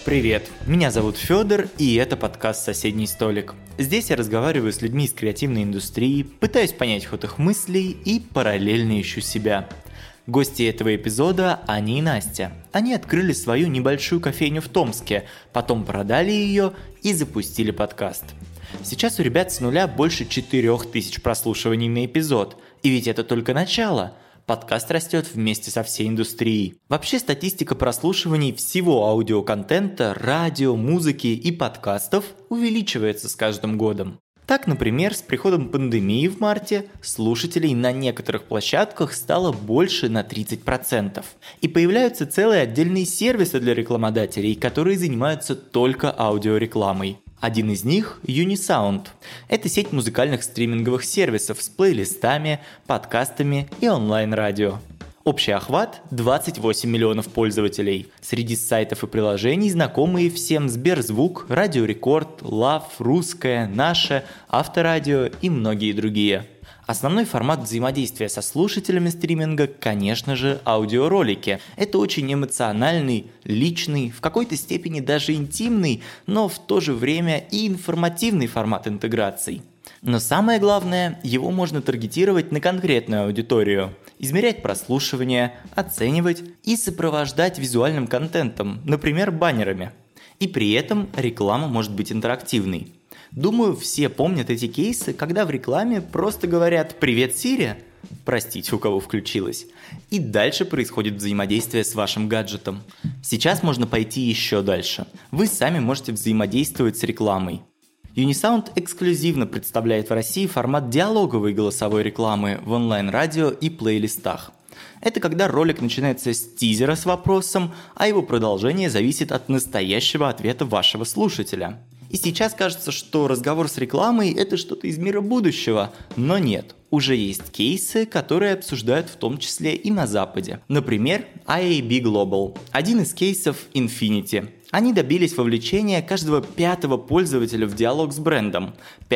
Привет, меня зовут Федор, и это подкаст «Соседний столик». Здесь я разговариваю с людьми из креативной индустрии, пытаюсь понять ход их мыслей и параллельно ищу себя. Гости этого эпизода – Аня и Настя. Они открыли свою небольшую кофейню в Томске, потом продали ее и запустили подкаст. Сейчас у ребят с нуля больше 4000 прослушиваний на эпизод, и ведь это только начало – подкаст растет вместе со всей индустрией. Вообще статистика прослушиваний всего аудиоконтента, радио, музыки и подкастов увеличивается с каждым годом. Так, например, с приходом пандемии в марте слушателей на некоторых площадках стало больше на 30%. И появляются целые отдельные сервисы для рекламодателей, которые занимаются только аудиорекламой. Один из них – Unisound. Это сеть музыкальных стриминговых сервисов с плейлистами, подкастами и онлайн-радио. Общий охват – 28 миллионов пользователей. Среди сайтов и приложений знакомые всем Сберзвук, Радио Рекорд, Лав, Русское, Наше, Авторадио и многие другие. Основной формат взаимодействия со слушателями стриминга, конечно же, аудиоролики. Это очень эмоциональный, личный, в какой-то степени даже интимный, но в то же время и информативный формат интеграций. Но самое главное, его можно таргетировать на конкретную аудиторию, измерять прослушивание, оценивать и сопровождать визуальным контентом, например, баннерами. И при этом реклама может быть интерактивной. Думаю, все помнят эти кейсы, когда в рекламе просто говорят «Привет, Сири!» Простите, у кого включилось. И дальше происходит взаимодействие с вашим гаджетом. Сейчас можно пойти еще дальше. Вы сами можете взаимодействовать с рекламой. Unisound эксклюзивно представляет в России формат диалоговой голосовой рекламы в онлайн-радио и плейлистах. Это когда ролик начинается с тизера с вопросом, а его продолжение зависит от настоящего ответа вашего слушателя. И сейчас кажется, что разговор с рекламой – это что-то из мира будущего, но нет. Уже есть кейсы, которые обсуждают в том числе и на Западе. Например, IAB Global. Один из кейсов – Infinity. Они добились вовлечения каждого пятого пользователя в диалог с брендом.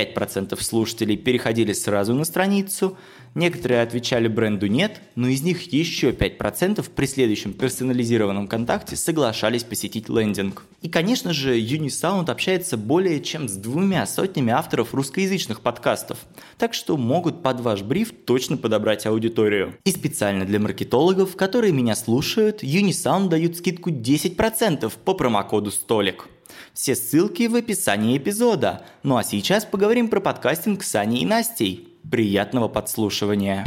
5% слушателей переходили сразу на страницу, некоторые отвечали бренду «нет», но из них еще 5% при следующем персонализированном контакте соглашались посетить лендинг. И, конечно же, Unisound общается более чем с 200 авторов русскоязычных подкастов, так что могут под ваш бриф точно подобрать аудиторию. И специально для маркетологов, которые меня слушают, Unisound дают скидку 10% по промокоду «Столик». Все ссылки в описании эпизода. Ну а сейчас поговорим про подкастинг с Аней и Настей. Приятного подслушивания.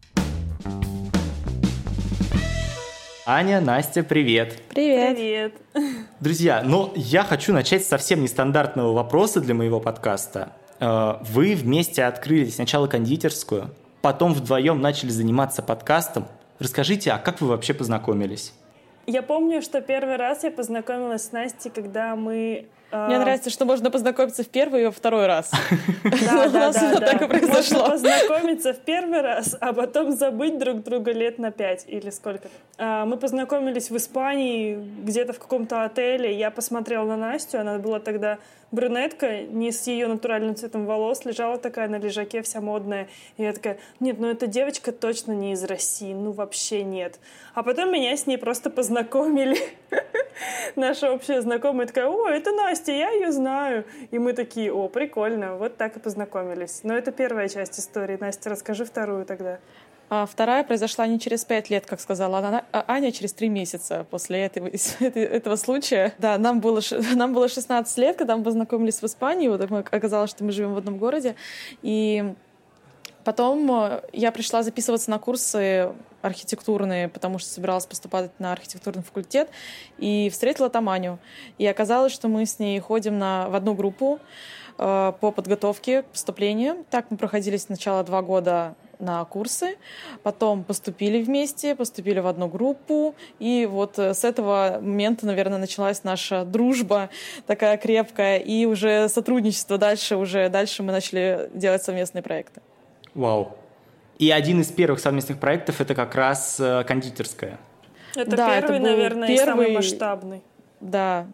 Аня, Настя, привет. Привет. Друзья, я хочу начать с совсем нестандартного вопроса для моего подкаста. Вы вместе открыли сначала кондитерскую, потом вдвоем начали заниматься подкастом. Расскажите, а как вы вообще познакомились? Я помню, что первый раз я познакомилась с Настей, когда мы... Мне нравится, что можно познакомиться в первый и во второй раз. Да. Так и произошло. Можно познакомиться в первый раз, а потом забыть друг друга лет на 5 или сколько. Мы познакомились в Испании, где-то в каком-то отеле. Я посмотрела на Настю, она была тогда брюнетка, не с ее натуральным цветом волос, лежала такая на лежаке, вся модная. И я такая, нет, эта девочка точно не из России, вообще нет. А потом меня с ней просто познакомили. Наша общая знакомая такая, о, это Настя, я ее знаю. И мы такие, о, прикольно, вот так и познакомились. Но это первая часть истории. Настя, расскажи вторую тогда. А вторая произошла не через 5 лет, как сказала Аня, а через 3 месяца после этого случая. Да, нам было 16 лет, когда мы познакомились в Испании. Вот оказалось, что мы живем в одном городе. И потом я пришла записываться на курсы архитектурные, потому что собиралась поступать на архитектурный факультет, и встретила там Аню. И оказалось, что мы с ней ходим в одну группу по подготовке к поступлению. Так мы проходили сначала 2 года на курсы, потом поступили в одну группу, и вот с этого момента, наверное, началась наша дружба такая крепкая, и уже сотрудничество дальше мы начали делать совместные проекты. Вау. И один из первых совместных проектов – это как раз кондитерская. Это первый, наверное, и самый масштабный. Да.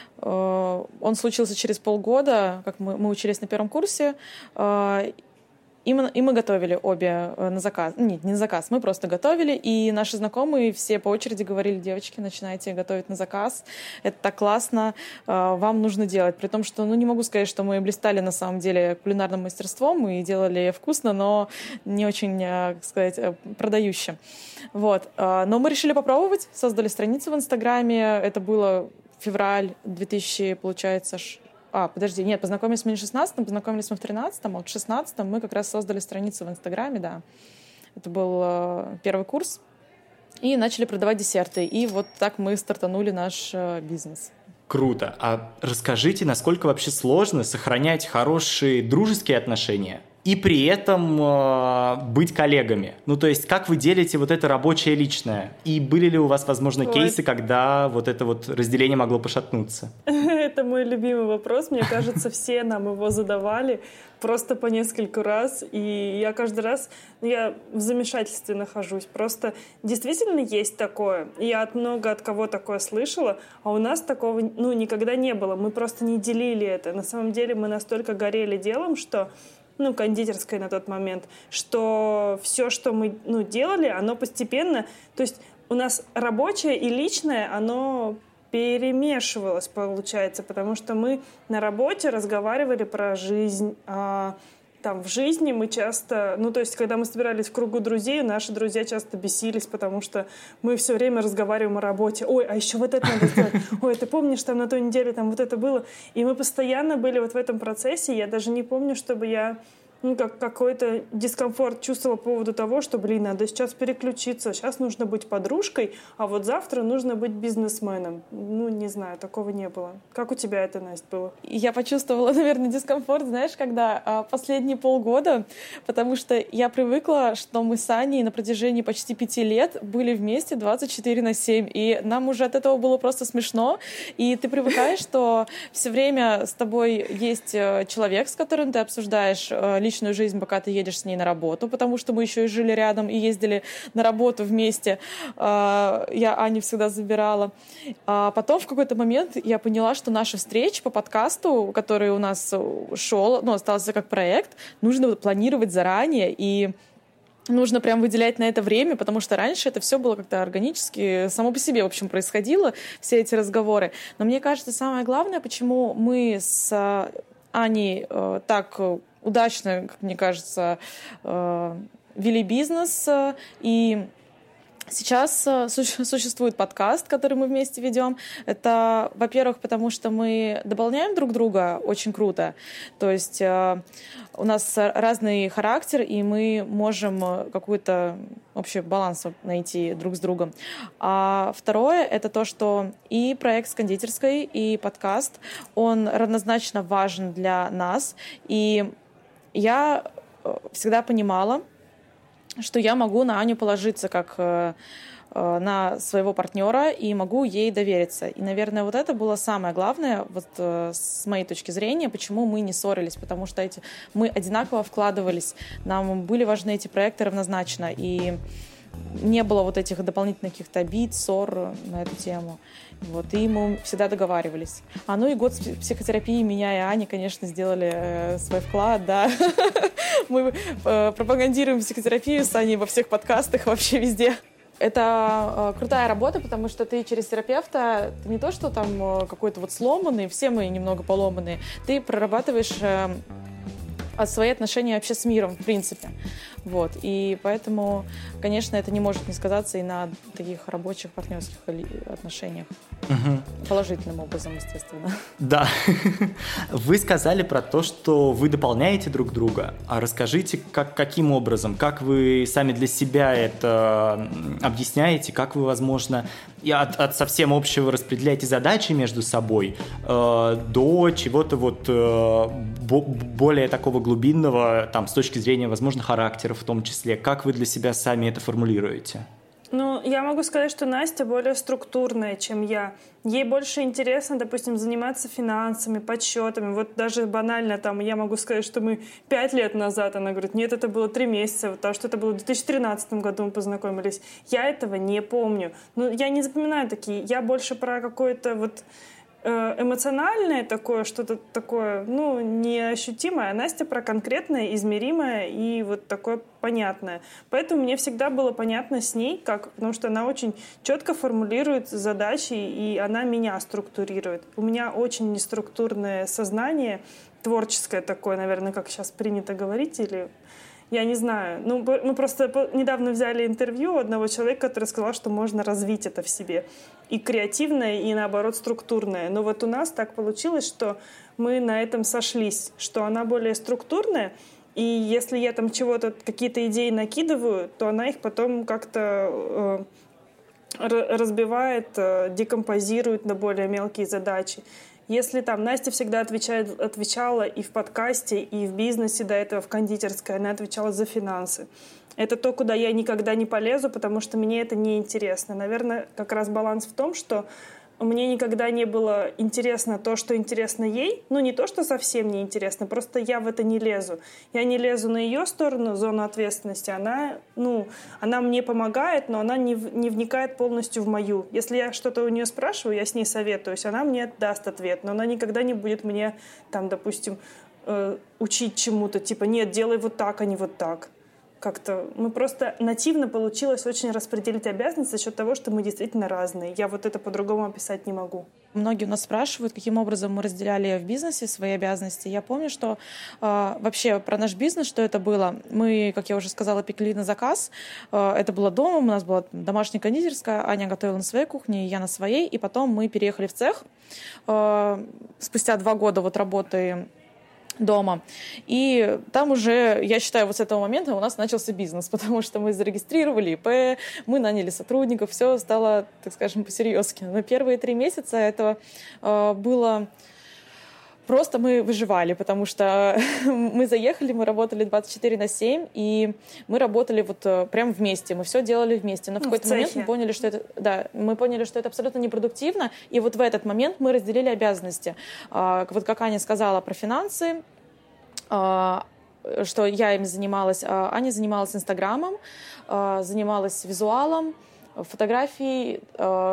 Он случился через полгода, как мы учились на первом курсе. И мы готовили обе на заказ. Нет, не на заказ, мы просто готовили, и наши знакомые все по очереди говорили: девочки, начинайте готовить на заказ, это так классно, вам нужно делать. При том, что, не могу сказать, что мы блистали на самом деле кулинарным мастерством, мы делали вкусно, но не очень, как сказать, продающе. Вот. Но мы решили попробовать, создали страницу в Инстаграме, это было февраль 2000, получается, познакомились мы не в 16-м, познакомились мы в 13-м, а вот в 16-м мы как раз создали страницу в Инстаграме, да. Это был первый курс. И начали продавать десерты. И вот так мы стартанули наш бизнес. Круто. А расскажите, насколько вообще сложно сохранять хорошие дружеские отношения и при этом быть коллегами? То есть, как вы делите вот это рабочее и личное? И были ли у вас, возможно, кейсы, когда вот это вот разделение могло пошатнуться? Это мой любимый вопрос. Мне кажется, все нам его задавали просто по нескольку раз. И я каждый раз, я в замешательстве нахожусь. Просто действительно есть такое. Я много от кого такое слышала, а у нас такого никогда не было. Мы просто не делили это. На самом деле мы настолько горели делом, что кондитерской на тот момент, что все, что мы делали, оно постепенно, то есть у нас рабочее и личное, оно перемешивалось, получается, потому что мы на работе разговаривали про жизнь, в жизни мы часто, то есть когда мы собирались в кругу друзей, наши друзья часто бесились, потому что мы все время разговариваем о работе. Ой, а еще вот это надо сделать. Ой, ты помнишь, там на той неделе там вот это было? И мы постоянно были вот в этом процессе. Я даже не помню, чтобы я какой-то дискомфорт чувствовала по поводу того, что, надо сейчас переключиться, сейчас нужно быть подружкой, а вот завтра нужно быть бизнесменом. Не знаю, такого не было. Как у тебя это, Настя, было? Я почувствовала, наверное, дискомфорт, знаешь, когда последние полгода, потому что я привыкла, что мы с Аней на протяжении почти 5 лет были вместе 24/7, и нам уже от этого было просто смешно, и ты привыкаешь, что все время с тобой есть человек, с которым ты обсуждаешь личную жизнь, пока ты едешь с ней на работу, потому что мы еще и жили рядом и ездили на работу вместе. Я Аню всегда забирала. А потом в какой-то момент я поняла, что наши встречи по подкасту, который у нас шел, остался как проект, нужно планировать заранее, и нужно прям выделять на это время, потому что раньше это все было как-то органически, само по себе, в общем, происходило, все эти разговоры. Но мне кажется, самое главное, почему мы с Аней так удачно, как мне кажется, вели бизнес. И сейчас существует подкаст, который мы вместе ведем. Это, во-первых, потому что мы дополняем друг друга очень круто. То есть у нас разный характер, и мы можем какой-то общий баланс найти друг с другом. А второе — это то, что и проект с кондитерской, и подкаст, он равнозначно важен для нас. И я всегда понимала, что я могу на Аню положиться как на своего партнера и могу ей довериться. И, наверное, вот это было самое главное, вот с моей точки зрения, почему мы не ссорились, потому что мы одинаково вкладывались, нам были важны эти проекты равнозначно, и не было вот этих дополнительных каких-то обид, ссор на эту тему. Вот, и мы всегда договаривались. И год психотерапии меня и Аня, конечно, сделали свой вклад, да. Мы пропагандируем психотерапию с Аней во всех подкастах, вообще везде. Это крутая работа, потому что ты через терапевта, ты не то, что там какой-то вот сломанный, все мы немного поломанные, ты прорабатываешь свои отношения вообще с миром, в принципе. Вот. И поэтому, конечно, это не может не сказаться и на таких рабочих, партнерских отношениях. Угу. Положительным образом, естественно. Да. Вы сказали про то, что вы дополняете друг друга. А расскажите, каким образом, как вы сами для себя это объясняете, как вы, возможно, от совсем общего распределяете задачи между собой до чего-то вот более такого глубинного, там, с точки зрения, возможно, характера в том числе. Как вы для себя сами это формулируете? Я могу сказать, что Настя более структурная, чем я. Ей больше интересно, допустим, заниматься финансами, подсчетами. Вот даже банально я могу сказать, что мы 5 лет назад, она говорит, нет, это было 3 месяца, потому что это было в 2013 году мы познакомились. Я этого не помню. Я не запоминаю такие. Я больше про какое-то эмоциональное такое, что-то такое, неощутимое, а Настя про конкретное, измеримое и вот такое понятное. Поэтому мне всегда было понятно с ней, потому что она очень четко формулирует задачи, и она меня структурирует. У меня очень неструктурное сознание, творческое такое, наверное, как сейчас принято говорить, или... Я не знаю. Мы просто недавно взяли интервью у одного человека, который сказал, что можно развить это в себе. И креативное, и, наоборот, структурное. Но вот у нас так получилось, что мы на этом сошлись, что она более структурная, и если я там какие-то идеи накидываю, то она их потом как-то разбивает, декомпозирует на более мелкие задачи. Если там Настя всегда отвечала и в подкасте, и в бизнесе до этого, в кондитерской, она отвечала за финансы. Это то, куда я никогда не полезу, потому что мне это не интересно. Наверное, как раз баланс в том, что мне никогда не было интересно то, что интересно ей. Не то, что совсем не интересно, просто я в это не лезу. Я не лезу на ее сторону, зону ответственности. Она мне помогает, но она не вникает полностью в мою. Если я что-то у нее спрашиваю, я с ней советуюсь, она мне даст ответ, но она никогда не будет мне, допустим, учить чему-то, типа, нет, делай вот так, а не вот так. Как-то мы просто нативно получилось очень распределить обязанности за счет того, что мы действительно разные. Я вот это по-другому описать не могу. Многие у нас спрашивают, каким образом мы разделяли в бизнесе свои обязанности. Я помню, что вообще про наш бизнес, что это было. Мы, как я уже сказала, пекли на заказ. Это было дома, у нас была домашняя кондитерская, Аня готовила на своей кухне, я на своей. И потом мы переехали в цех. Спустя 2 года работы дома. И там уже, я считаю, вот с этого момента у нас начался бизнес, потому что мы зарегистрировали ИП, мы наняли сотрудников, все стало, так скажем, по-серьезки. Но первые 3 месяца это было... Просто мы выживали, потому что мы заехали, мы работали 24/7, и мы работали прям вместе, мы все делали вместе. Но в какой-то момент мы поняли, что это абсолютно непродуктивно, и вот в этот момент мы разделили обязанности. Вот как Аня сказала про финансы, что я им занималась, Аня занималась Инстаграмом, занималась визуалом, фотографией,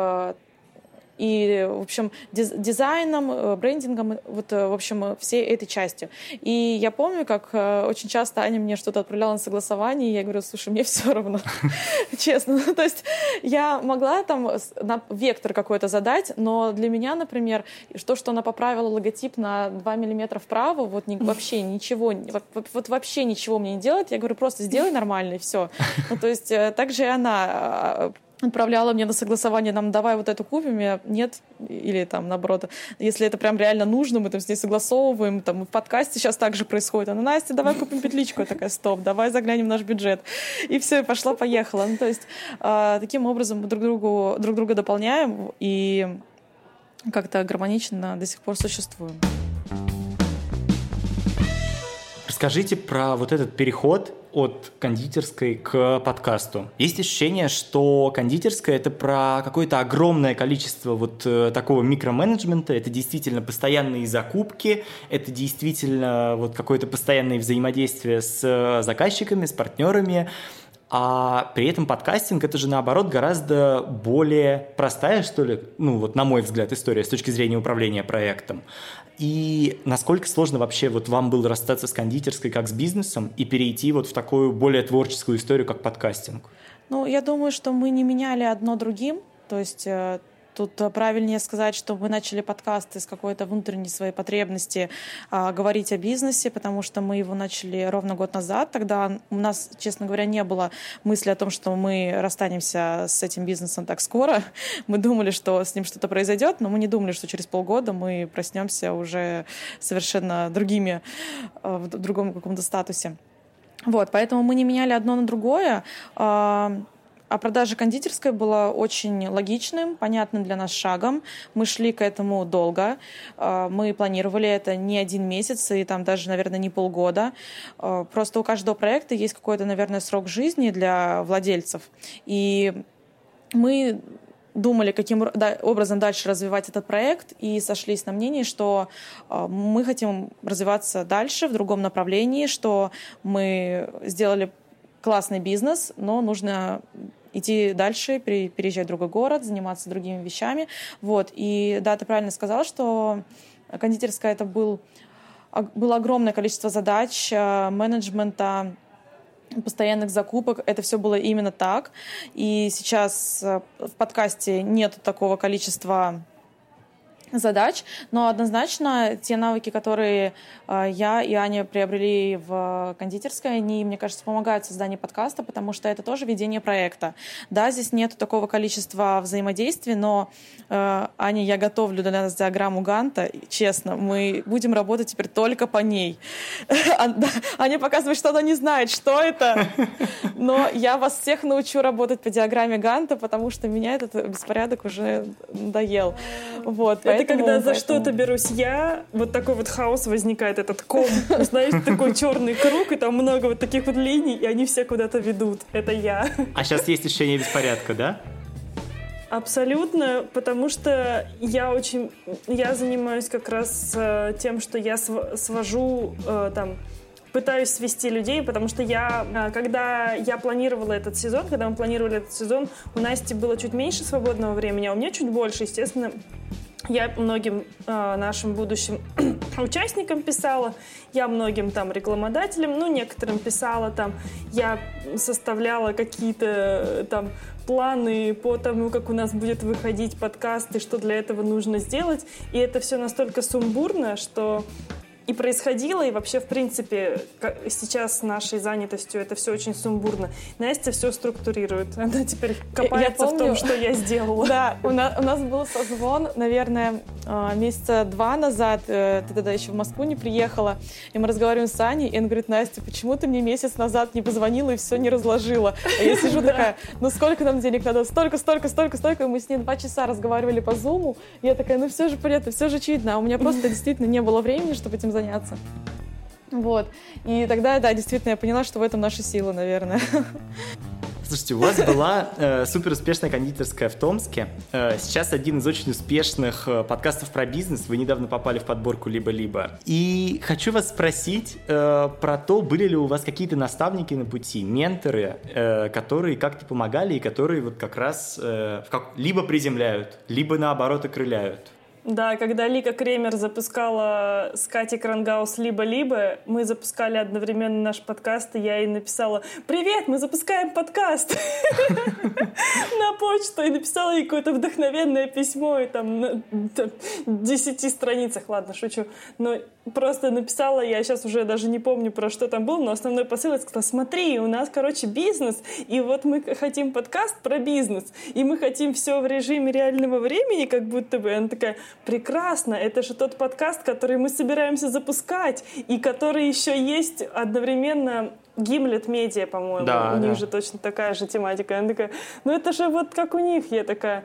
и, в общем, дизайном, брендингом, в общем, всей этой частью. И я помню, как очень часто Аня мне что-то отправляла на согласование, и я говорю, слушай, мне все равно, честно. То есть я могла там вектор какой-то задать, но для меня, например, то, что она поправила логотип на 2 миллиметра вправо, вообще ничего, вообще ничего мне не делать. Я говорю, просто сделай нормально, и все. То есть также и она отправляла мне на согласование, давай вот эту купим, я нет, или наоборот, если это прям реально нужно, мы с ней согласовываем, в подкасте сейчас так же происходит, она, Настя, давай купим петличку, я такая, стоп, давай заглянем в наш бюджет, и все, пошла-поехала. То есть таким образом мы друг друга дополняем и как-то гармонично до сих пор существуем. Расскажите про вот этот переход от кондитерской к подкасту. Есть ощущение, что кондитерская — это про какое-то огромное количество такого микроменеджмента, это действительно постоянные закупки, это действительно какое-то постоянное взаимодействие с заказчиками, с партнерами, а при этом подкастинг — это же, наоборот, гораздо более простая, что ли, на мой взгляд, история с точки зрения управления проектом. И насколько сложно вообще вам было расстаться с кондитерской как с бизнесом и перейти в такую более творческую историю, как подкастинг? Я думаю, что мы не меняли одно другим. То есть тут правильнее сказать, что мы начали подкаст из какой-то внутренней своей потребности говорить о бизнесе, потому что мы его начали ровно год назад. Тогда у нас, честно говоря, не было мысли о том, что мы расстанемся с этим бизнесом так скоро. Мы думали, что с ним что-то произойдет, но мы не думали, что через полгода мы проснемся уже совершенно другими, в другом каком-то статусе. Поэтому мы не меняли одно на другое. А продажа кондитерской была очень логичным, понятным для нас шагом. Мы шли к этому долго. Мы планировали это не 1 месяц и даже, наверное, не полгода. Просто у каждого проекта есть какой-то, наверное, срок жизни для владельцев. И мы думали, каким образом дальше развивать этот проект, и сошлись на мнении, что мы хотим развиваться дальше в другом направлении, что мы сделали классный бизнес, но нужно идти дальше, переезжать в другой город, заниматься другими вещами. Вот. И да, ты правильно сказала, что кондитерская это было огромное количество задач, менеджмента, постоянных закупок. Это все было именно так. И сейчас в подкасте нет такого количества задач, но однозначно те навыки, которые я и Аня приобрели в кондитерской, они, мне кажется, помогают в создании подкаста, потому что это тоже ведение проекта. Да, здесь нет такого количества взаимодействий, но, Аня, я готовлю для нас диаграмму Ганта, честно, мы будем работать теперь только по ней. Аня показывает, что она не знает, что это, но я вас всех научу работать по диаграмме Ганта, потому что меня этот беспорядок уже надоел. Вот, это когда за что-то берусь я, вот такой вот хаос возникает, этот ком, знаешь, такой черный круг, и там много вот таких вот линий, и они все куда-то ведут. Это я. А сейчас есть ощущение беспорядка, да? Абсолютно, потому что я занимаюсь как раз тем, что я свожу пытаюсь свести людей, потому что когда мы планировали этот сезон, у Насти было чуть меньше свободного времени, а у меня чуть больше, естественно. Я многим нашим будущим участникам писала, я многим там рекламодателям, некоторым писала там, я составляла какие-то там планы по тому, как у нас будет выходить подкаст и что для этого нужно сделать. И это все настолько сумбурно, что и происходило, и вообще, в принципе, сейчас с нашей занятостью это все очень сумбурно. Настя все структурирует. Она теперь копается в том, что я сделала. Да, у нас был созвон, наверное, месяца 2 назад. Ты тогда еще в Москву не приехала. И мы разговариваем с Аней, и она говорит: Настя, почему ты мне месяц назад не позвонила и все не разложила? А я сижу такая: сколько нам денег надо? Столько. И мы с ней 2 часа разговаривали по Зуму. И я такая: все же понятно, все же очевидно. А у меня просто действительно не было времени, чтобы этим заняться. Вот. И тогда, да, действительно, я поняла, что в этом наша сила, наверное. Слушайте, у вас была супер успешная кондитерская в Томске. Сейчас один из очень успешных подкастов про бизнес. Вы недавно попали в подборку «Либо-либо». И хочу вас спросить про то, были ли у вас какие-то наставники на пути, менторы, которые как-то помогали и которые вот как раз либо приземляют, либо наоборот окрыляют. Да, когда Лика Кремер запускала с Катей Крангаус «Либо-либо», мы запускали одновременно наш подкаст, и я ей написала: «Привет, мы запускаем подкаст!» на почту, и написала ей какое-то вдохновенное письмо, и там на 10 страницах, ладно, шучу, но просто написала, я сейчас уже даже не помню, про что там было, но основной посыл, я сказала: смотри, у нас, бизнес, и вот мы хотим подкаст про бизнес, и мы хотим все в режиме реального времени, как будто бы. Она такая: прекрасно, это же тот подкаст, который мы собираемся запускать, и который еще есть одновременно Gimlet Media, по-моему. Да, у них же точно такая же тематика. Она такая: это же вот как у них. Я такая: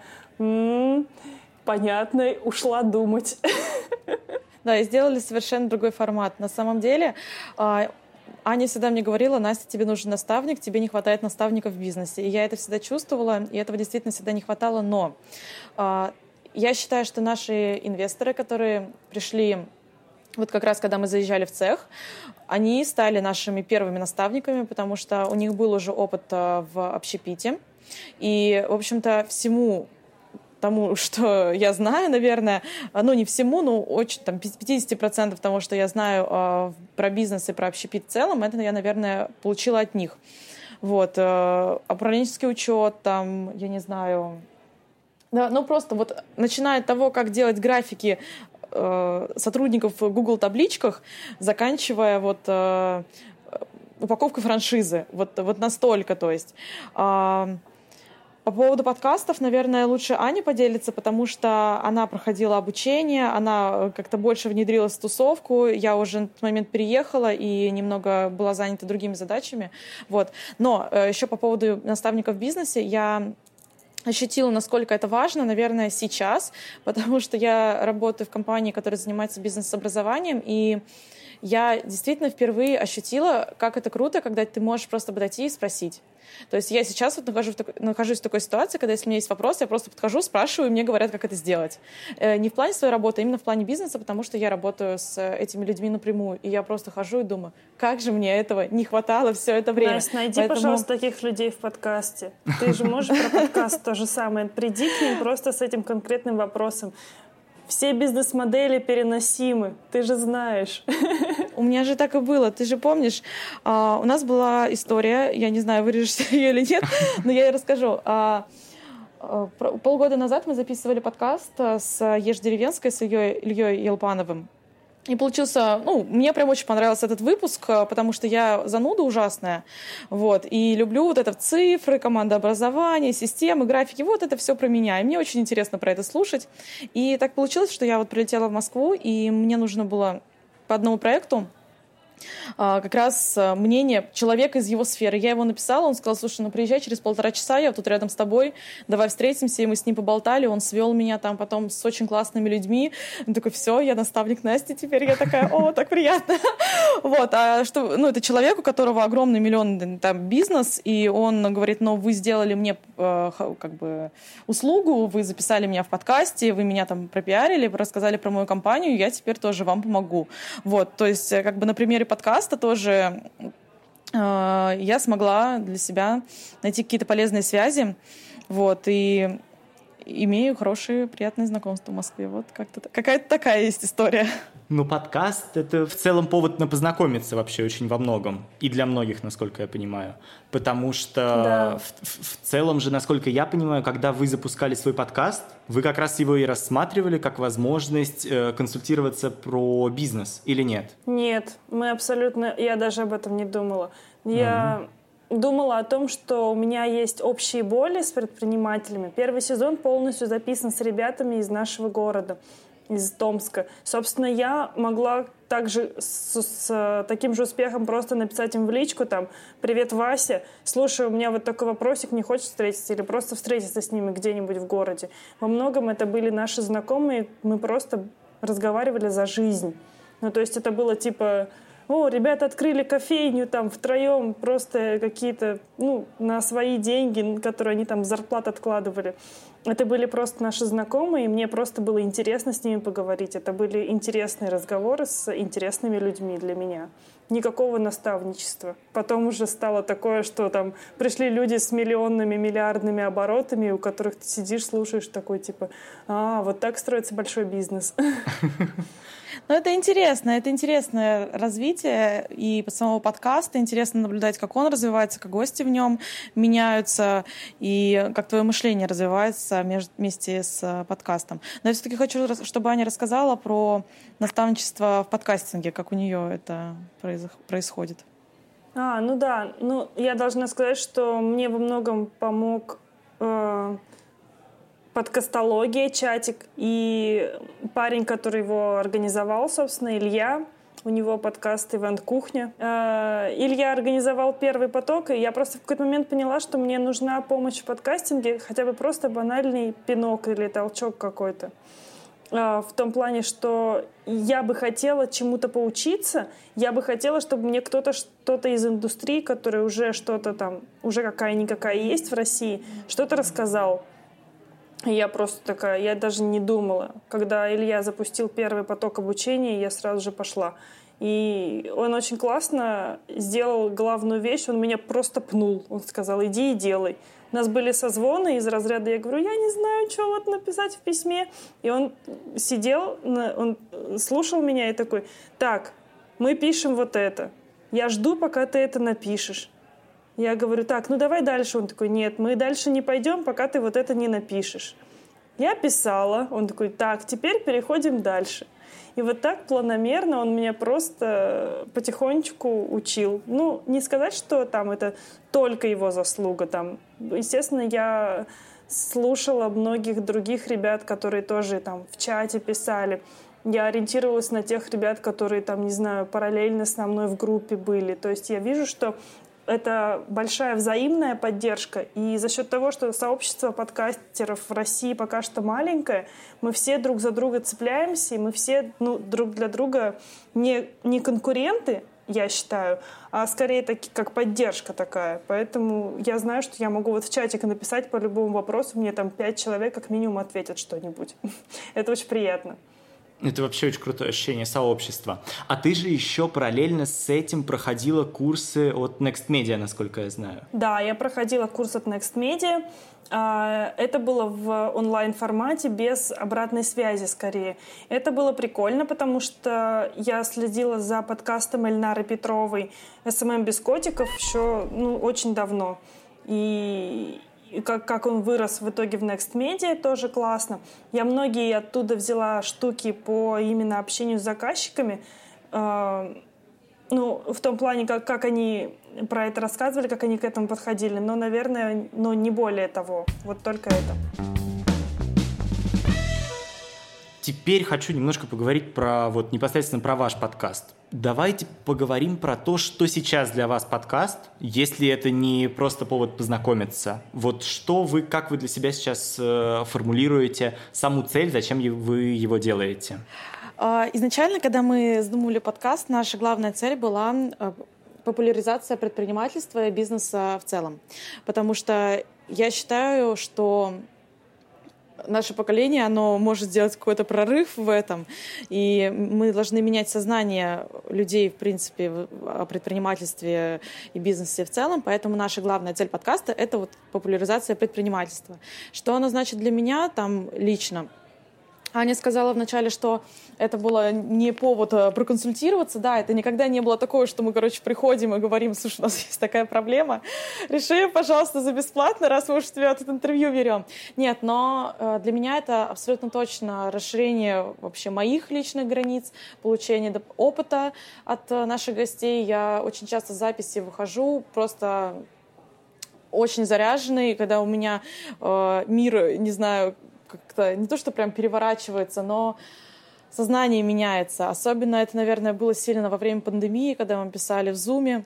понятно, ушла думать. Да, и сделали совершенно другой формат. На самом деле, Аня всегда мне говорила: Настя, тебе нужен наставник, тебе не хватает наставников в бизнесе. И я это всегда чувствовала, и этого действительно всегда не хватало. Но я считаю, что наши инвесторы, которые пришли вот как раз, когда мы заезжали в цех, они стали нашими первыми наставниками, потому что у них был уже опыт в общепите. И, в общем-то, всему тому, что я знаю, наверное, не всему, но очень, 50% того, что я знаю про бизнес и про общепит в целом, это я, наверное, получила от них. Вот. Управленческий учет, я не знаю. Да, просто вот начиная от того, как делать графики сотрудников в Google табличках, заканчивая упаковкой франшизы. Вот настолько, то есть. По поводу подкастов, наверное, лучше Аня поделится, потому что она проходила обучение, она как-то больше внедрилась в тусовку. Я уже на тот момент переехала и немного была занята другими задачами. Вот. Но еще по поводу наставников в бизнесе я ощутила, насколько это важно, наверное, сейчас, потому что я работаю в компании, которая занимается бизнес-образованием, и я действительно впервые ощутила, как это круто, когда ты можешь просто подойти и спросить. То есть я сейчас вот нахожусь в такой ситуации, когда если у меня есть вопрос, я просто подхожу, спрашиваю, и мне говорят, как это сделать. Не в плане своей работы, а именно в плане бизнеса, потому что я работаю с этими людьми напрямую. И я просто хожу и думаю, как же мне этого не хватало все это время. Настя, найди, пожалуйста, таких людей в подкасте. Ты же можешь про подкаст то же самое. Приди к ним просто с этим конкретным вопросом. Все бизнес-модели переносимы, ты же знаешь. У меня же так и было, ты же помнишь, у нас была история, я не знаю, вырежешь ее или нет, но я ей расскажу. Полгода назад мы записывали подкаст с Ешь Деревенской, с Ильей Елпановым. И получился, мне прям очень понравился этот выпуск, потому что я зануда ужасная, вот, и люблю вот это цифры, командообразование, системы, графики, вот это все про меня, и мне очень интересно про это слушать. И так получилось, что я вот прилетела в Москву, и мне нужно было по одному проекту как раз мнение человека из его сферы. Я его написала, он сказал, слушай, приезжай через 1,5 часа, я тут рядом с тобой, давай встретимся, и мы с ним поболтали, он свел меня там потом с очень классными людьми. Он такой, все, я наставник Насти, теперь я такая, о, так приятно. Вот, это человек, у которого огромный миллионный там бизнес, и он говорит, вы сделали мне услугу, вы записали меня в подкасте, вы меня там пропиарили, рассказали про мою компанию, я теперь тоже вам помогу. Вот, то есть на примере подкаста тоже я смогла для себя найти какие-то полезные связи, вот, и имею хорошие, приятные знакомства в Москве. Вот какая-то такая есть история. Подкаст — это в целом повод познакомиться вообще очень во многом. И для многих, насколько я понимаю. Потому что в целом же, насколько я понимаю, когда вы запускали свой подкаст, вы как раз его и рассматривали как возможность консультироваться про бизнес или нет? Нет, я даже об этом не думала. Я думала о том, что у меня есть общие боли с предпринимателями. Первый сезон полностью записан с ребятами из нашего города, из Томска. Собственно, я могла также с таким же успехом просто написать им в личку там: «Привет, Вася, слушай, у меня вот такой вопросик, не хочешь встретиться?» Или просто встретиться с ними где-нибудь в городе. Во многом это были наши знакомые, мы просто разговаривали за жизнь. То есть это было типа: ребята открыли кофейню там втроем, просто какие-то, на свои деньги, которые они там зарплат откладывали. Это были просто наши знакомые, и мне просто было интересно с ними поговорить. Это были интересные разговоры с интересными людьми для меня. Никакого наставничества. Потом уже стало такое, что там пришли люди с миллионными, миллиардными оборотами, у которых ты сидишь, слушаешь такой типа: вот так строится большой бизнес. Это интересное развитие и самого подкаста. Интересно наблюдать, как он развивается, как гости в нем меняются и как твое мышление развивается вместе с подкастом. Но я все-таки хочу, чтобы Аня рассказала про наставничество в подкастинге, как у нее это происходит. Я должна сказать, что мне во многом помог подкастология, чатик, и парень, который его организовал, собственно, Илья. У него подкаст «Ивент Кухня». Илья организовал первый поток, и я просто в какой-то момент поняла, что мне нужна помощь в подкастинге, хотя бы просто банальный пинок или толчок какой-то. В том плане, что я бы хотела чему-то поучиться, я бы хотела, чтобы мне кто-то что-то из индустрии, которая уже что-то там, уже какая-никакая есть в России, что-то рассказал. Я просто такая, я даже не думала. Когда Илья запустил первый поток обучения, я сразу же пошла. И он очень классно сделал главную вещь, он меня просто пнул. Он сказал: иди и делай. У нас были созвоны из разряда, я говорю: я не знаю, что вот написать в письме. И он сидел, он слушал меня и такой: так, мы пишем вот это. Я жду, пока ты это напишешь. Я говорю: так, давай дальше. Он такой: нет, мы дальше не пойдем, пока ты вот это не напишешь. Я писала. Он такой: так, теперь переходим дальше. И вот так планомерно он меня просто потихонечку учил. Не сказать, что там это только его заслуга. Там, естественно, я слушала многих других ребят, которые тоже там в чате писали. Я ориентировалась на тех ребят, которые там, не знаю, параллельно со мной в группе были. То есть я вижу, что это большая взаимная поддержка. И за счет того, что сообщество подкастеров в России пока что маленькое, мы все друг за друга цепляемся, и мы все друг для друга не конкуренты, я считаю, а скорее таки как поддержка такая. Поэтому я знаю, что я могу вот в чатик написать по любому вопросу, мне там 5 человек как минимум ответят что-нибудь. Это очень приятно. Это вообще очень крутое ощущение сообщества. А ты же еще параллельно с этим проходила курсы от Next Media, насколько я знаю. Да, я проходила курс от Next Media. Это было в онлайн-формате, без обратной связи скорее. Это было прикольно, потому что я следила за подкастом Эльнары Петровой «СММ без котиков» еще очень давно. И как он вырос в итоге в Next Media, тоже классно. Я многие оттуда взяла штуки по именно общению с заказчиками. В том плане, как они про это рассказывали, как они к этому подходили. Но, наверное, не более того. Вот только это. Теперь хочу немножко поговорить непосредственно про ваш подкаст. Давайте поговорим про то, что сейчас для вас подкаст, если это не просто повод познакомиться. Как вы для себя сейчас формулируете саму цель, зачем вы его делаете? Изначально, когда мы задумывали подкаст, наша главная цель была популяризация предпринимательства и бизнеса в целом. Потому что я считаю, что наше поколение, оно может сделать какой-то прорыв в этом, и мы должны менять сознание людей, в принципе, о предпринимательстве и бизнесе в целом, поэтому наша главная цель подкаста — это популяризация предпринимательства. Что оно значит для меня там лично? Аня сказала вначале, что это было не повод проконсультироваться. Да, это никогда не было такое, что мы, приходим и говорим: слушай, у нас есть такая проблема, реши, пожалуйста, за бесплатно, раз мы уж тебя тут интервью берем. Нет, но для меня это абсолютно точно расширение вообще моих личных границ, получение опыта от наших гостей. Я очень часто с записи выхожу просто очень заряженный, когда у меня мир, не знаю, как-то не то, что прям переворачивается, но сознание меняется. Особенно это, наверное, было сильно во время пандемии, когда мы писали в Zoom.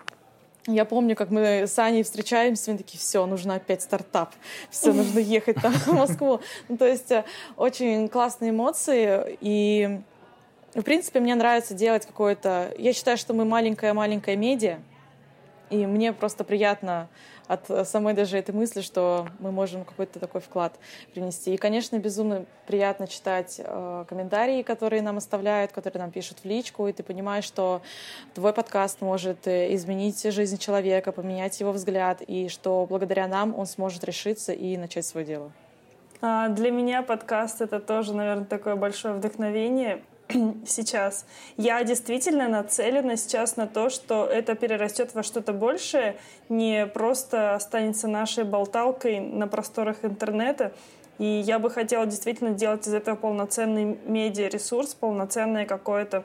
Я помню, как мы с Аней встречаемся, мы такие: все, нужно опять стартап, все, нужно ехать там в Москву. То есть очень классные эмоции. И, в принципе, мне нравится делать какое-то... Я считаю, что мы маленькая-маленькая медиа, и мне просто приятно от самой даже этой мысли, что мы можем какой-то такой вклад принести. И, конечно, безумно приятно читать комментарии, которые нам оставляют, которые нам пишут в личку, и ты понимаешь, что твой подкаст может изменить жизнь человека, поменять его взгляд, и что благодаря нам он сможет решиться и начать свое дело. Для меня подкаст — это тоже, наверное, такое большое вдохновение сейчас. Я действительно нацелена сейчас на то, что это перерастет во что-то большее, не просто останется нашей болталкой на просторах интернета. И я бы хотела действительно делать из этого полноценный медиаресурс, полноценное какое-то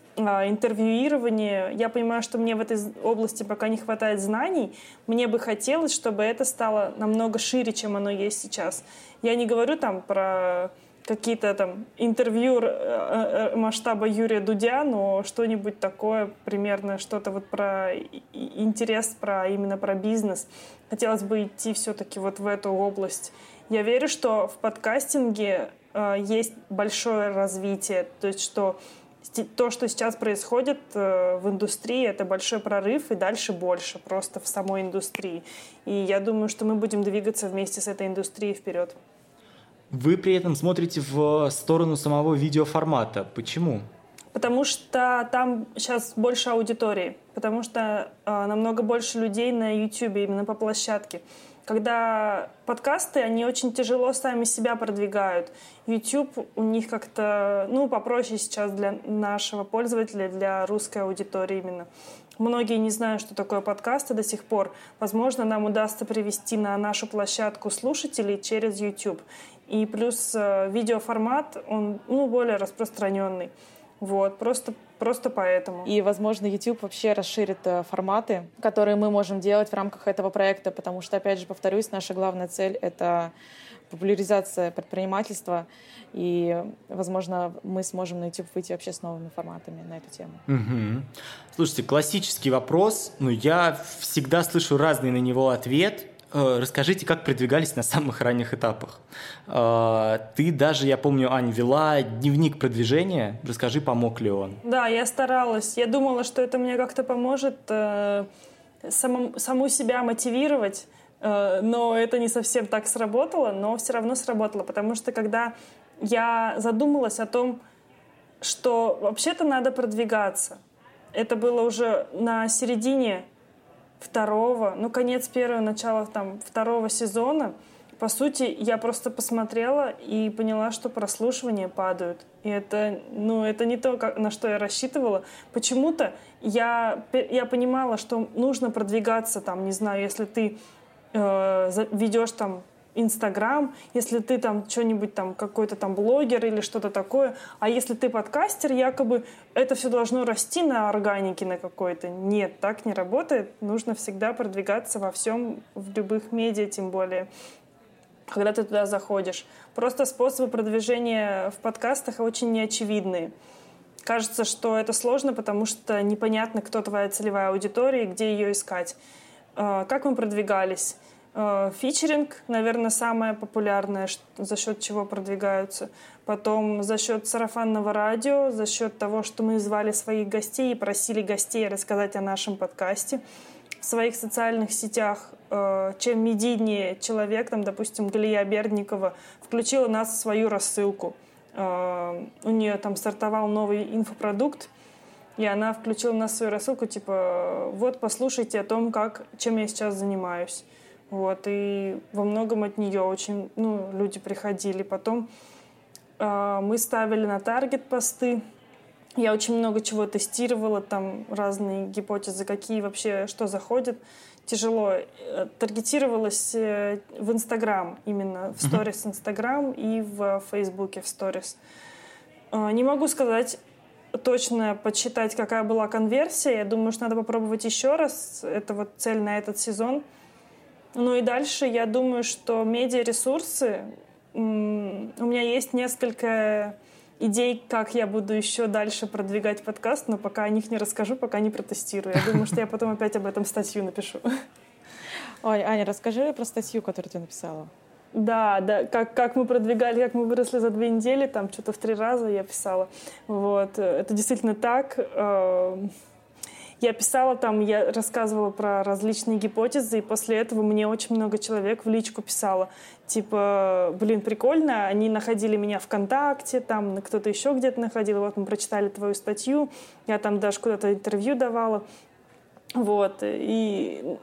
интервьюирование. Я понимаю, что мне в этой области пока не хватает знаний. Мне бы хотелось, чтобы это стало намного шире, чем оно есть сейчас. Я не говорю там про какие-то там интервью масштаба Юрия Дудя, но что-нибудь такое, примерно что-то про интерес, именно про бизнес. Хотелось бы идти все-таки в эту область. Я верю, что в подкастинге есть большое развитие, то есть что то, что сейчас происходит в индустрии, это большой прорыв, и дальше больше просто в самой индустрии. И я думаю, что мы будем двигаться вместе с этой индустрией вперед. Вы при этом смотрите в сторону самого видеоформата. Почему? Потому что там сейчас больше аудитории, потому что намного больше людей на YouTube, именно по площадке. Когда подкасты, они очень тяжело сами себя продвигают. YouTube у них как-то, попроще сейчас для нашего пользователя, для русской аудитории именно. Многие не знают, что такое подкасты до сих пор. Возможно, нам удастся привести на нашу площадку слушателей через YouTube. И плюс видеоформат, он более распространенный. Просто поэтому. И, возможно, YouTube вообще расширит форматы, которые мы можем делать в рамках этого проекта, потому что, опять же, повторюсь, наша главная цель — это популяризация предпринимательства, и, возможно, мы сможем на YouTube выйти вообще с новыми форматами на эту тему. Слушайте, классический вопрос, я всегда слышу разный на него ответ. расскажите, как продвигались на самых ранних этапах. Ты даже, я помню, Ань, вела дневник продвижения. Расскажи, помог ли он? Да, я старалась. Я думала, что это мне как-то поможет саму себя мотивировать, но это не совсем так сработало, но все равно сработало, потому что когда я задумалась о том, что вообще-то надо продвигаться, это было уже на середине конец первого, начало второго сезона. По сути, я просто посмотрела и поняла, что прослушивания падают. И это не то, на что я рассчитывала. Почему-то я понимала, что нужно продвигаться, не знаю, если ты ведешь Инстаграм, если ты что-нибудь какой-то блогер или что-то такое, а если ты подкастер, якобы это все должно расти на органике на какой-то. Нет, так не работает. Нужно всегда продвигаться во всем, в любых медиа, тем более, когда ты туда заходишь. Просто способы продвижения в подкастах очень неочевидные. Кажется, что это сложно, потому что непонятно, кто твоя целевая аудитория и где ее искать. Как мы продвигались? Фичеринг, наверное, самое популярное, за счет чего продвигаются. Потом за счет сарафанного радио, за счет того, что мы звали своих гостей и просили гостей рассказать о нашем подкасте. В своих социальных сетях, чем медийнее человек, допустим, Галия Бердникова, включила нас в свою рассылку. У нее стартовал новый инфопродукт, и она включила нас в свою рассылку, вот, послушайте о том, чем я сейчас занимаюсь. Вот, и во многом от нее очень люди приходили. Потом мы ставили на таргет посты. Я очень много чего тестировала, разные гипотезы, какие вообще, что заходит. Тяжело. Таргетировалась в Инстаграм, именно в сторис Инстаграм и в Фейсбуке в сторис. Не могу сказать точно, подсчитать, какая была конверсия. Я думаю, что надо попробовать еще раз. Это вот цель на этот сезон. Ну и дальше я думаю, что медиаресурсы, у меня есть несколько идей, как я буду еще дальше продвигать подкаст, но пока о них не расскажу, пока не протестирую. Я думаю, что я потом опять об этом статью напишу. Ой, Аня, расскажи про статью, которую ты написала. Да, как мы продвигали, как мы выросли за 2 недели, что-то в 3 раза я писала. Вот, это действительно так. Я писала я рассказывала про различные гипотезы, и после этого мне очень много человек в личку писало. Прикольно, они находили меня ВКонтакте, кто-то еще где-то находил, вот мы прочитали твою статью, я даже куда-то интервью давала. Вот, и,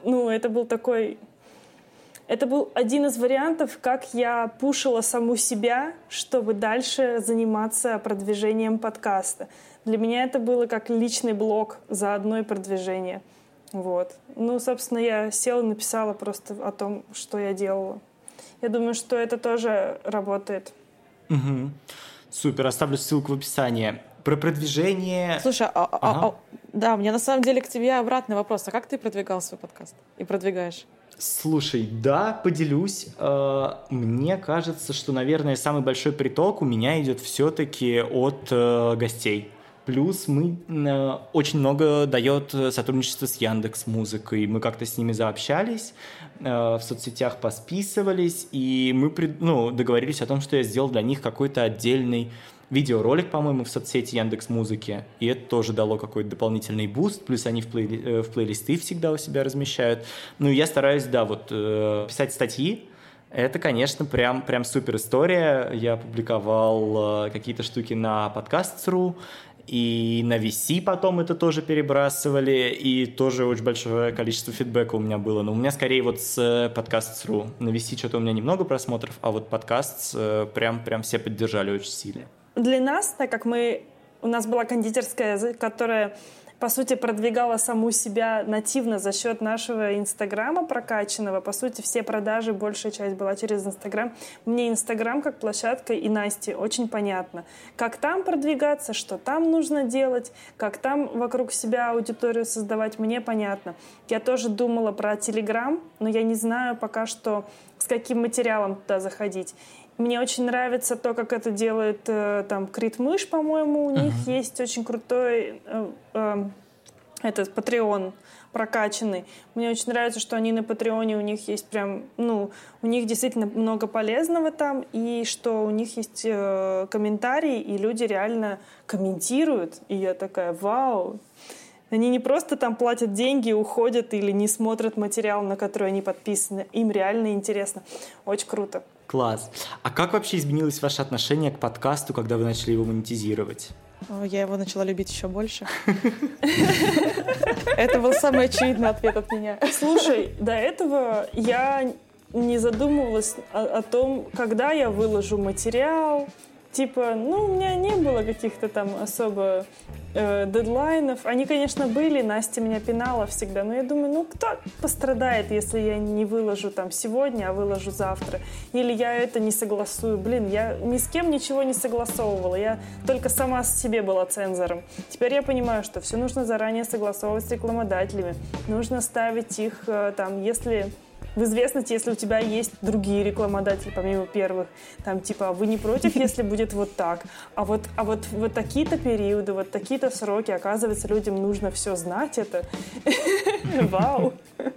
это был один из вариантов, как я пушила саму себя, чтобы дальше заниматься продвижением подкаста. Для меня это было как личный блог, заодно и продвижение. Вот. Собственно, я села и написала просто о том, что я делала. Я думаю, что это тоже работает. Угу. Супер, оставлю ссылку в описании. Про продвижение... Слушай, да, у меня на самом деле к тебе обратный вопрос. А как ты продвигал свой подкаст и продвигаешь? Слушай, да, поделюсь. Мне кажется, что, наверное, самый большой приток у меня идет все-таки от гостей. Плюс мы очень много дает сотрудничество с Яндекс.Музыкой. Мы как-то с ними заобщались, в соцсетях посписывались, и мы договорились о том, что я сделал для них какой-то отдельный видеоролик, по-моему, в соцсети Яндекс.Музыки. И это тоже дало какой-то дополнительный буст. Плюс они в плейлисты всегда у себя размещают. Я стараюсь, писать статьи. Это, конечно, прям супер история. Я публиковал какие-то штуки на Podcasts.ru, и на VC потом это тоже перебрасывали, и тоже очень большое количество фидбэка у меня было. Но у меня скорее с Podcasts.ru. На VC что-то у меня немного просмотров, а вот Podcasts прям все поддержали очень сильно. Для нас, так как у нас была кондитерская, которая, по сути, продвигала саму себя нативно за счет нашего Инстаграма прокачанного. По сути, все продажи, большая часть была через Инстаграм. Мне Инстаграм как площадка и Насте очень понятно. Как там продвигаться, что там нужно делать, как там вокруг себя аудиторию создавать, мне понятно. Я тоже думала про Телеграм, но я не знаю пока что, с каким материалом туда заходить. Мне очень нравится то, как это делает Крит Мышь, по-моему. У них есть очень крутой этот Patreon прокачанный. Мне очень нравится, что они на Патреоне, у них есть прям, у них действительно много полезного там, и что у них есть комментарии, и люди реально комментируют. И я такая, вау! Они не просто там платят деньги, уходят или не смотрят материал, на который они подписаны. Им реально интересно. Очень круто. Класс. А как вообще изменилось ваше отношение к подкасту, когда вы начали его монетизировать? Я его начала любить еще больше. Это был самый очевидный ответ от меня. Слушай, до этого я не задумывалась о том, когда я выложу материал. Типа, у меня не было каких-то там особо дедлайнов. Они, конечно, были, Настя меня пинала всегда, но я думаю, кто пострадает, если я не выложу там сегодня, а выложу завтра? Или я это не согласую? Я ни с кем ничего не согласовывала, я только сама с себе была цензором. Теперь я понимаю, что все нужно заранее согласовывать с рекламодателями, нужно ставить их там, если... в известности, если у тебя есть другие рекламодатели, помимо первых, там типа, вы не против, если будет вот так, а вот такие-то периоды, вот такие-то сроки, оказывается, людям нужно все знать это. Вау!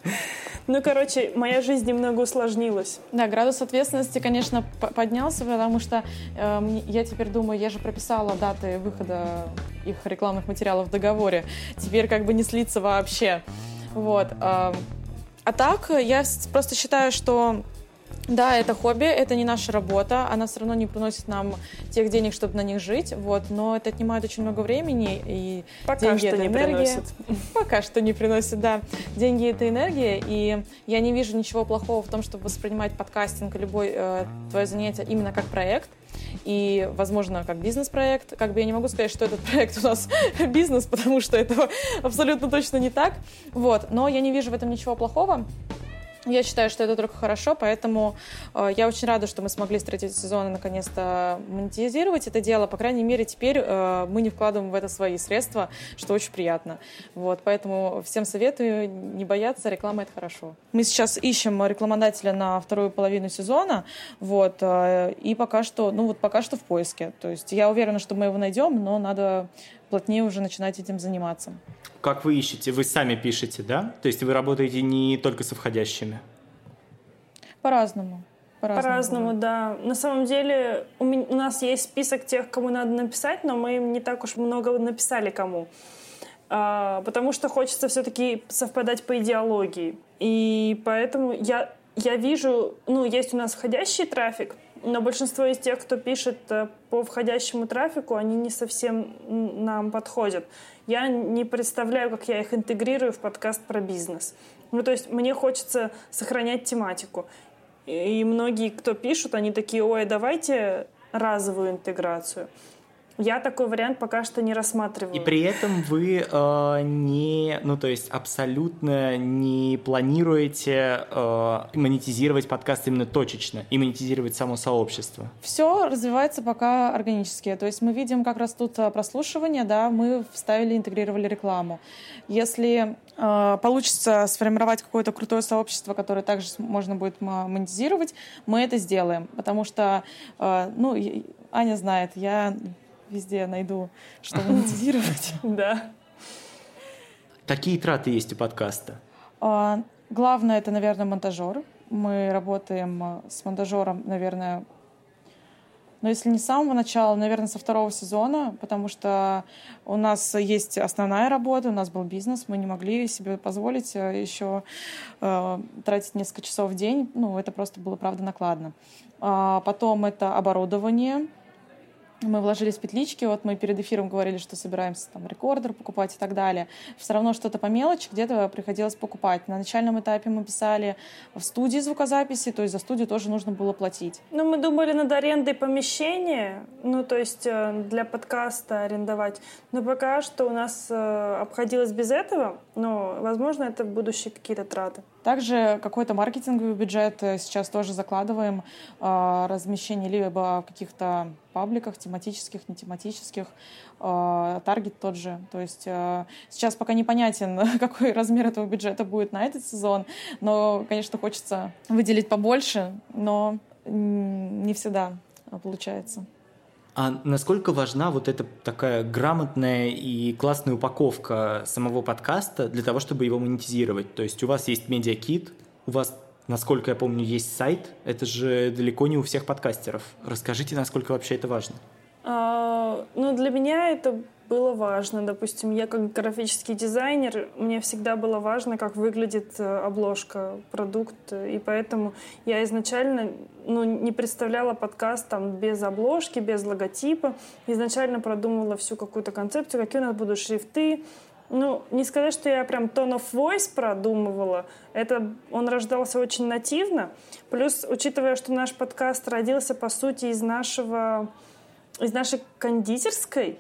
Моя жизнь немного усложнилась. Да, градус ответственности, конечно, поднялся, потому что я теперь думаю, я же прописала даты выхода их рекламных материалов в договоре. Теперь как бы не слиться вообще. Вот. А так, я просто считаю, что да, это хобби, это не наша работа, она все равно не приносит нам тех денег, чтобы на них жить, но это отнимает очень много времени, и пока деньги — что это не энергия. приносит. Пока что не приносит, да. Деньги — это энергия, и я не вижу ничего плохого в том, чтобы воспринимать подкастинг, любое твое занятие именно как проект, и, возможно, как бизнес-проект. Как бы я не могу сказать, что этот проект у нас бизнес, потому что это абсолютно точно не так. Но я не вижу в этом ничего плохого. Я считаю, что это только хорошо, поэтому я очень рада, что мы смогли с третьего сезона наконец-то монетизировать это дело. По крайней мере, теперь мы не вкладываем в это свои средства, что очень приятно. Поэтому всем советую не бояться, реклама — это хорошо. Мы сейчас ищем рекламодателя на вторую половину сезона, и пока что в поиске. То есть я уверена, что мы его найдем, но надо плотнее уже начинать этим заниматься. Как вы ищете? Вы сами пишете, да? То есть вы работаете не только со входящими? По-разному. По-разному, да. На самом деле у нас есть список тех, кому надо написать, но мы им не так уж много написали кому. Потому что хочется все-таки совпадать по идеологии. И поэтому я вижу, есть у нас входящий трафик, но большинство из тех, кто пишет по входящему трафику, они не совсем нам подходят. Я не представляю, как я их интегрирую в подкаст про бизнес. То есть мне хочется сохранять тематику. И многие, кто пишут, они такие, ой, давайте разовую интеграцию. Я такой вариант пока что не рассматриваю. И при этом вы абсолютно не планируете монетизировать подкаст именно точечно и монетизировать само сообщество? Все развивается пока органически. То есть мы видим, как растут прослушивания, да, мы вставили, интегрировали рекламу. Если получится сформировать какое-то крутое сообщество, которое также можно будет монетизировать, мы это сделаем. Потому что, Аня знает, я везде найду, что монетизировать. Да. Какие траты есть у подкаста? Главное — это, наверное, монтажер. Мы работаем с монтажером, наверное, если не с самого начала, наверное, со второго сезона, потому что у нас есть основная работа, у нас был бизнес, мы не могли себе позволить еще тратить несколько часов в день. Это просто было, правда, накладно. Потом это оборудование. Мы вложились в петлички, мы перед эфиром говорили, что собираемся там рекордер покупать и так далее. Все равно что-то по мелочи где-то приходилось покупать. На начальном этапе мы писали в студии звукозаписи, то есть за студию тоже нужно было платить. Мы думали над арендой помещения, то есть для подкаста арендовать. Но пока что у нас обходилось без этого, но, возможно, это в будущее какие-то траты. Также какой-то маркетинговый бюджет сейчас тоже закладываем, размещение либо в каких-то пабликах, тематических, нетематических, таргет тот же. То есть сейчас пока непонятен, какой размер этого бюджета будет на этот сезон, но, конечно, хочется выделить побольше, но не всегда получается. А насколько важна вот эта такая грамотная и классная упаковка самого подкаста для того, чтобы его монетизировать? То есть у вас есть медиакит, у вас, насколько я помню, есть сайт. Это же далеко не у всех подкастеров. Расскажите, насколько вообще это важно. Для меня это было важно. Допустим, я как графический дизайнер, мне всегда было важно, как выглядит обложка, продукт, и поэтому я изначально не представляла подкаст там без обложки, без логотипа. Изначально продумывала всю какую-то концепцию, какие у нас будут шрифты. Не сказать, что я прям tone of voice продумывала. Он рождался очень нативно. Плюс, учитывая, что наш подкаст родился, по сути, из нашей кондитерской,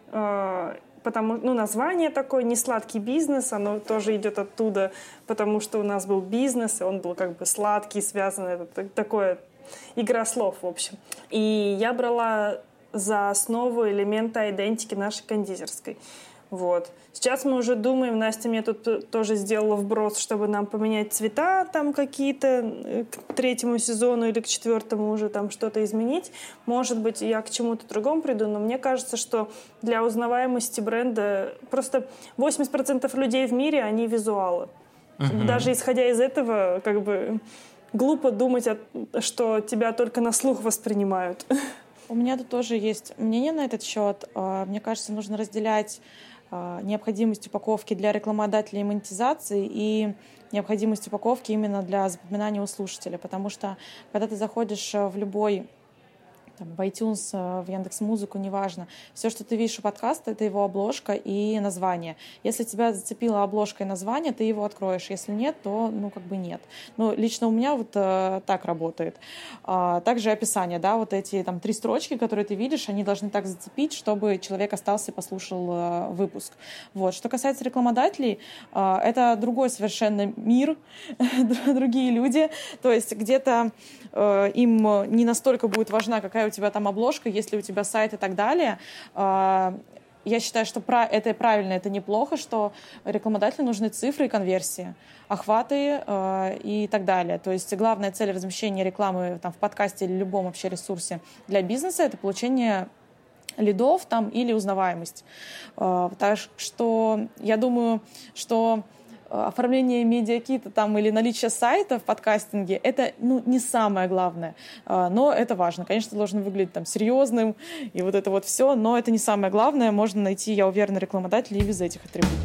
потому название такое «Несладкий бизнес», оно тоже идет оттуда, потому что у нас был бизнес, и он был как бы сладкий, связан, это такое игра слов, в общем. И я брала за основу элементы идентики нашей кондитерской. Вот. Сейчас мы уже думаем, Настя мне тут тоже сделала вброс, чтобы нам поменять цвета там какие-то к 3-му сезону или к 4-му уже там что-то изменить. Может быть, я к чему-то другому приду, но мне кажется, что для узнаваемости бренда просто 80% людей в мире, они визуалы. Даже исходя из этого, как бы глупо думать, что тебя только на слух воспринимают. У меня тут тоже есть мнение на этот счет. Мне кажется, нужно разделять необходимость упаковки для рекламодателей и монетизации и необходимость упаковки именно для запоминания у слушателя. Потому что, когда ты заходишь в любой в iTunes, в Яндекс.Музыку, неважно. Все, что ты видишь у подкаста, это его обложка и название. Если тебя зацепила обложка и название, ты его откроешь. Если нет, то, нет. Лично у меня вот так работает. Также описание, да, вот эти 3 строчки, которые ты видишь, они должны так зацепить, чтобы человек остался и послушал выпуск. Вот. Что касается рекламодателей, это другой совершенно мир, другие люди. То есть где-то им не настолько будет важна, какая у тебя там обложка, есть ли у тебя сайт и так далее. Я считаю, что это правильно, это неплохо, что рекламодателю нужны цифры и конверсии, охваты и так далее. То есть главная цель размещения рекламы в подкасте или любом вообще ресурсе для бизнеса — это получение лидов или узнаваемость. Так что я думаю, что оформление медиакита или наличие сайта в подкастинге — это не самое главное, но это важно. Конечно, ты должен выглядеть серьезным и вот это вот все, но это не самое главное. Можно найти, я уверена, рекламодателей и без этих атрибутов.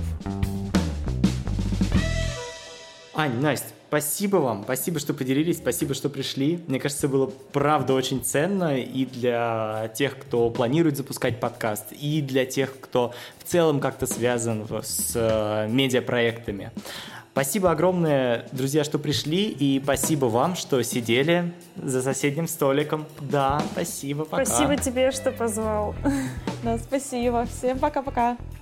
Ань, Настя, спасибо вам, спасибо, что поделились, спасибо, что пришли. Мне кажется, было правда очень ценно и для тех, кто планирует запускать подкаст, и для тех, кто в целом как-то связан с медиапроектами. Спасибо огромное, друзья, что пришли, и спасибо вам, что сидели за соседним столиком. Да, спасибо, пока. Спасибо тебе, что позвал. Да, спасибо. Всем пока-пока.